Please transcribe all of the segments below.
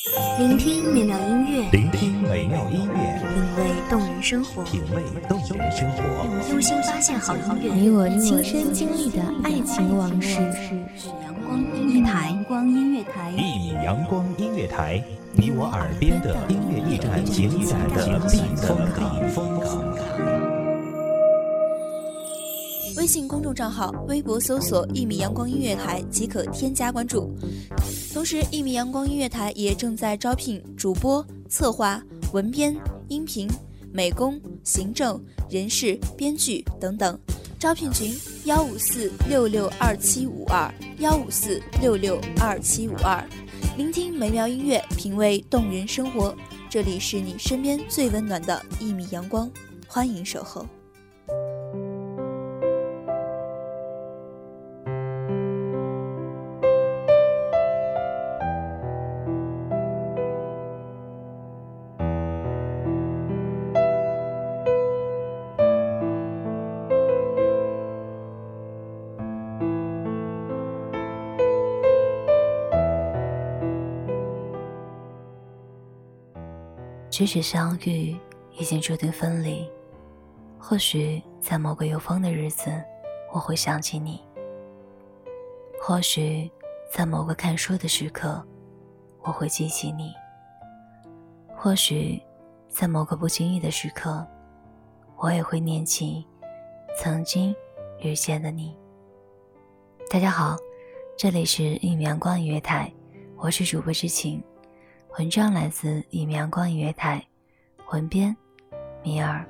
聆听美妙音乐， 聆听美妙音乐， 品味动人生活， 品味动人生活， 用心发现好音乐， 你我亲身经历的爱情往事。 阳光音乐台， 一米阳光音乐台，你我耳边的音乐驿站，情感的避风港。 微信公众账号、微博搜索“一米阳光音乐台”即可添加关注。同时，一米阳光音乐台也正在招聘主播、策划、文编、音频、美工、行政、人事、编剧等等。招聘群154662752，154662752。聆听美妙音乐，品味动人生活。这里是你身边最温暖的一米阳光，欢迎守候。 咫尺相遇，已经注定分离。或许在某个有风的日子，我会想起你；或许在某个看书的时刻，我会记起你；或许在某个不经意的时刻，我也会念起曾经遇见的你。大家好，这里是一米阳光音乐台，我是主播知晴。文章来自一米阳光音乐台，文编米尔。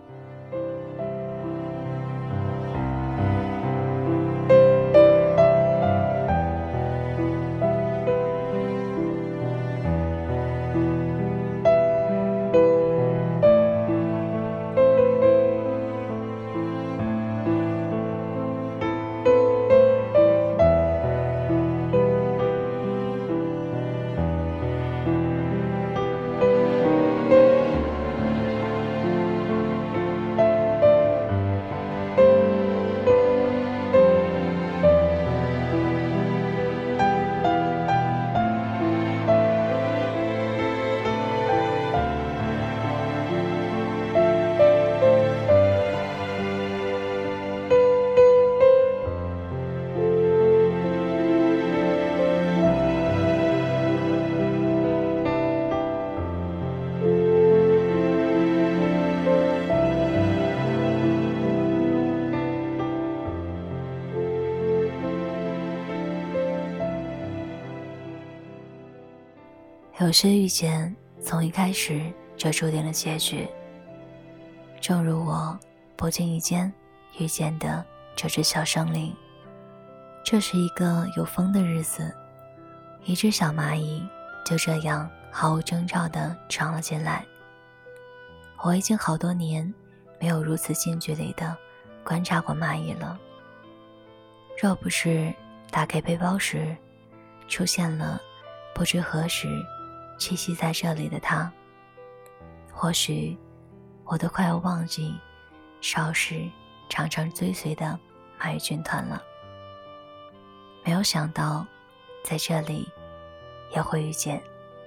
有些遇见从一开始就注定了结局，正如我不经意间遇见的这只小生灵。这是一个有风的日子，一只小蚂蚁就这样毫无征兆地闯了进来。我已经好多年没有如此近距离地观察过蚂蚁了。若不是打开背包时出现了不知何时栖息在这里的它，或许我都快要忘记少时常常追随的蚂蚁军团了。没有想到在这里也会遇见。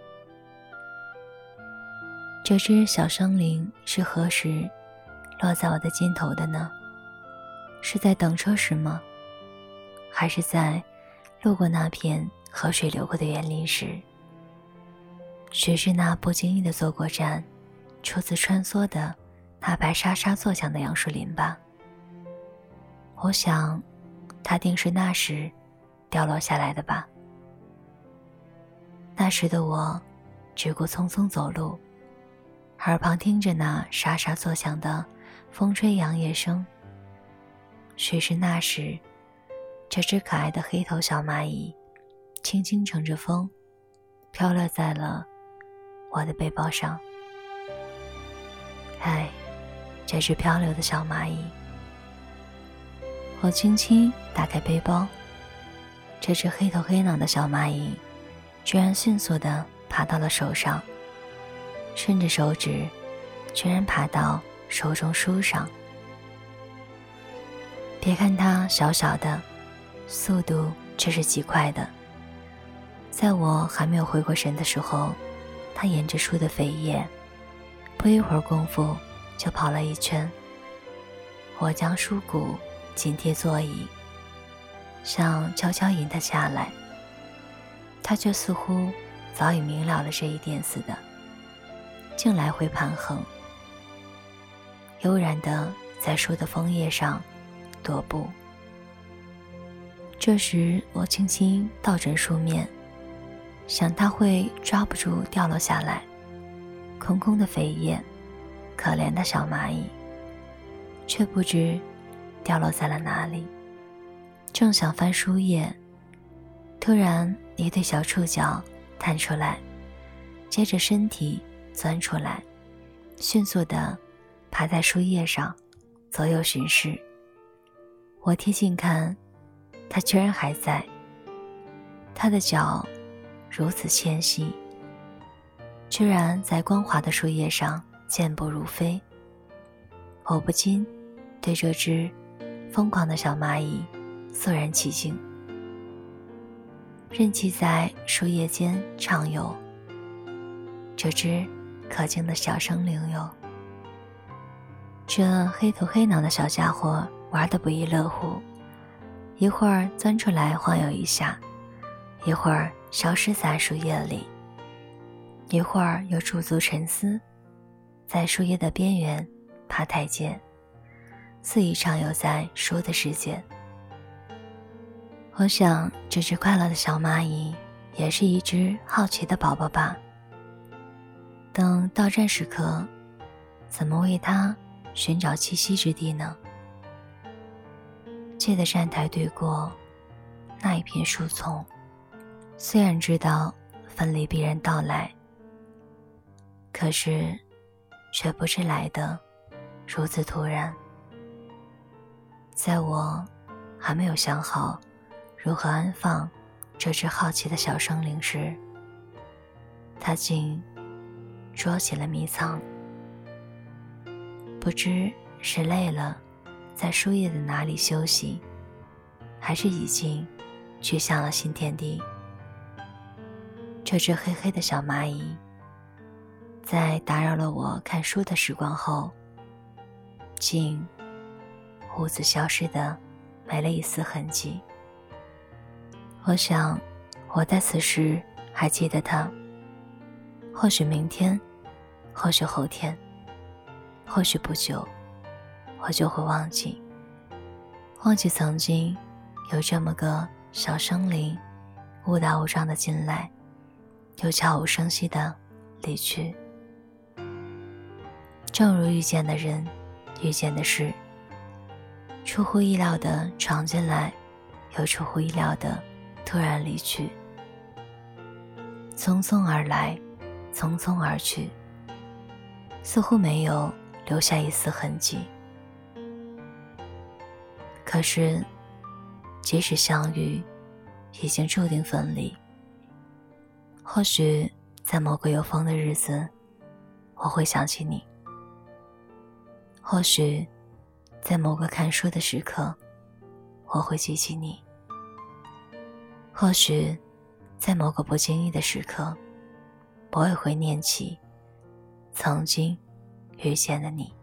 这只小生灵是何时落在我的肩头的呢？是在等车时吗？还是在路过那片河水流过的园林时？许是那不经意的坐过站，初次穿梭的那白沙沙作响的杨树林吧。我想它定是那时掉落下来的吧。那时的我只顾匆匆走路，耳旁听着那沙沙作响的风吹杨叶声。许是那时这只可爱的黑头小蚂蚁轻轻乘着风飘落在了我的背包上。唉，这只漂流的小蚂蚁。我轻轻打开背包，这只黑头黑脑的小蚂蚁居然迅速地爬到了手上，顺着手指居然爬到手中书上。别看它小小的，速度却是极快的。在我还没有回过神的时候， 他沿着树的扉页，不一会儿功夫就跑了一圈。我将书骨紧贴座椅，想悄悄引他下来，他却似乎早已明了了这一点似的，竟来回盘横，悠然地在书的枫叶上踱步。这时我轻轻倒转书面，想他会抓不住掉落下来。空空的扉页，可怜的小蚂蚁，却不知掉落在了哪里。正想翻书页，突然一对小触角探出来，接着身体钻出来，迅速地爬在书页上左右巡视。我贴近看，它居然还在，它的脚如此纤细，居然在光滑的树叶上健步如飞。我不禁对这只疯狂的小蚂蚁肃然起敬，任其在树叶间畅游。这只可敬的小生灵哟，这黑头黑脑的小家伙玩得不亦乐乎，一会儿钻出来晃悠一下，一会儿消失在树叶里，一会儿又驻足沉思，在树叶的边缘爬台阶，肆意畅游在书的世界。我想这只快乐的小蚂蚁也是一只好奇的宝宝吧，等到站时刻，怎么为它寻找栖息之地呢？记得站台对过那一片树丛，虽然知道分离必然到来，可是却不知来得如此突然。在我还没有想好如何安放这只好奇的小生灵时，它竟捉起了迷藏。不知是累了在树叶的哪里休息，还是已经去向了新天地。这只黑黑的小蚂蚁在打扰了我看书的时光后，竟兀自消失的没了一丝痕迹。我想我在此时还记得它，或许明天，或许后天，或许不久，我就会忘记曾经有这么个小生灵，误打误撞的进来，又悄无声息的离去。正如遇见的人，遇见的事，出乎意料的闯进来，又出乎意料的突然离去，匆匆而来，匆匆而去，似乎没有留下一丝痕迹。可是即使相遇已经注定分离，或许在某个有风的日子我会想起你，或许在某个看书的时刻我会记起你，或许在某个不经意的时刻我也会念起曾经遇见的你。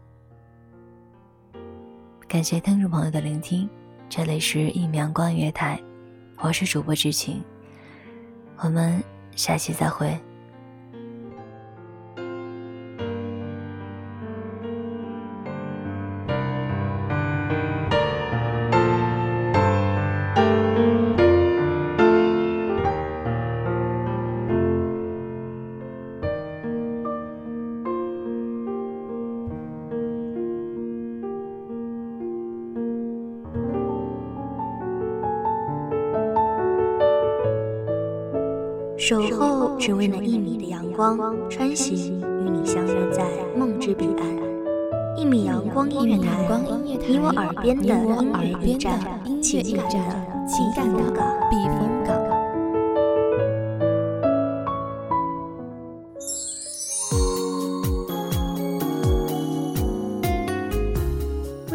感谢听众朋友的聆听，这里是一米阳光音乐台，我是主播知晴，我们下期再会。 守候只为那1米的阳光，穿行与你相约在梦之彼岸。1米阳光音乐台，你我耳边的音乐驿站，情感的避风港。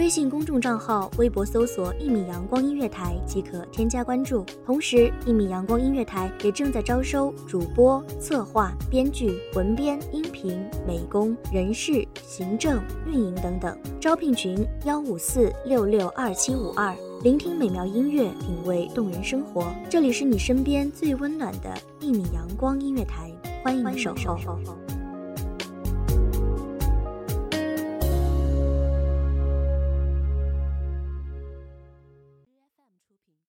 微信公众账号、微博搜索“一米阳光音乐台”即可添加关注。同时，一米阳光音乐台也正在招收主播、策划、编剧、文编、音频、美工、人事、行政、运营等等。招聘群154662752。聆听美妙音乐，品味动人生活。这里是你身边最温暖的一米阳光音乐台，欢迎守候。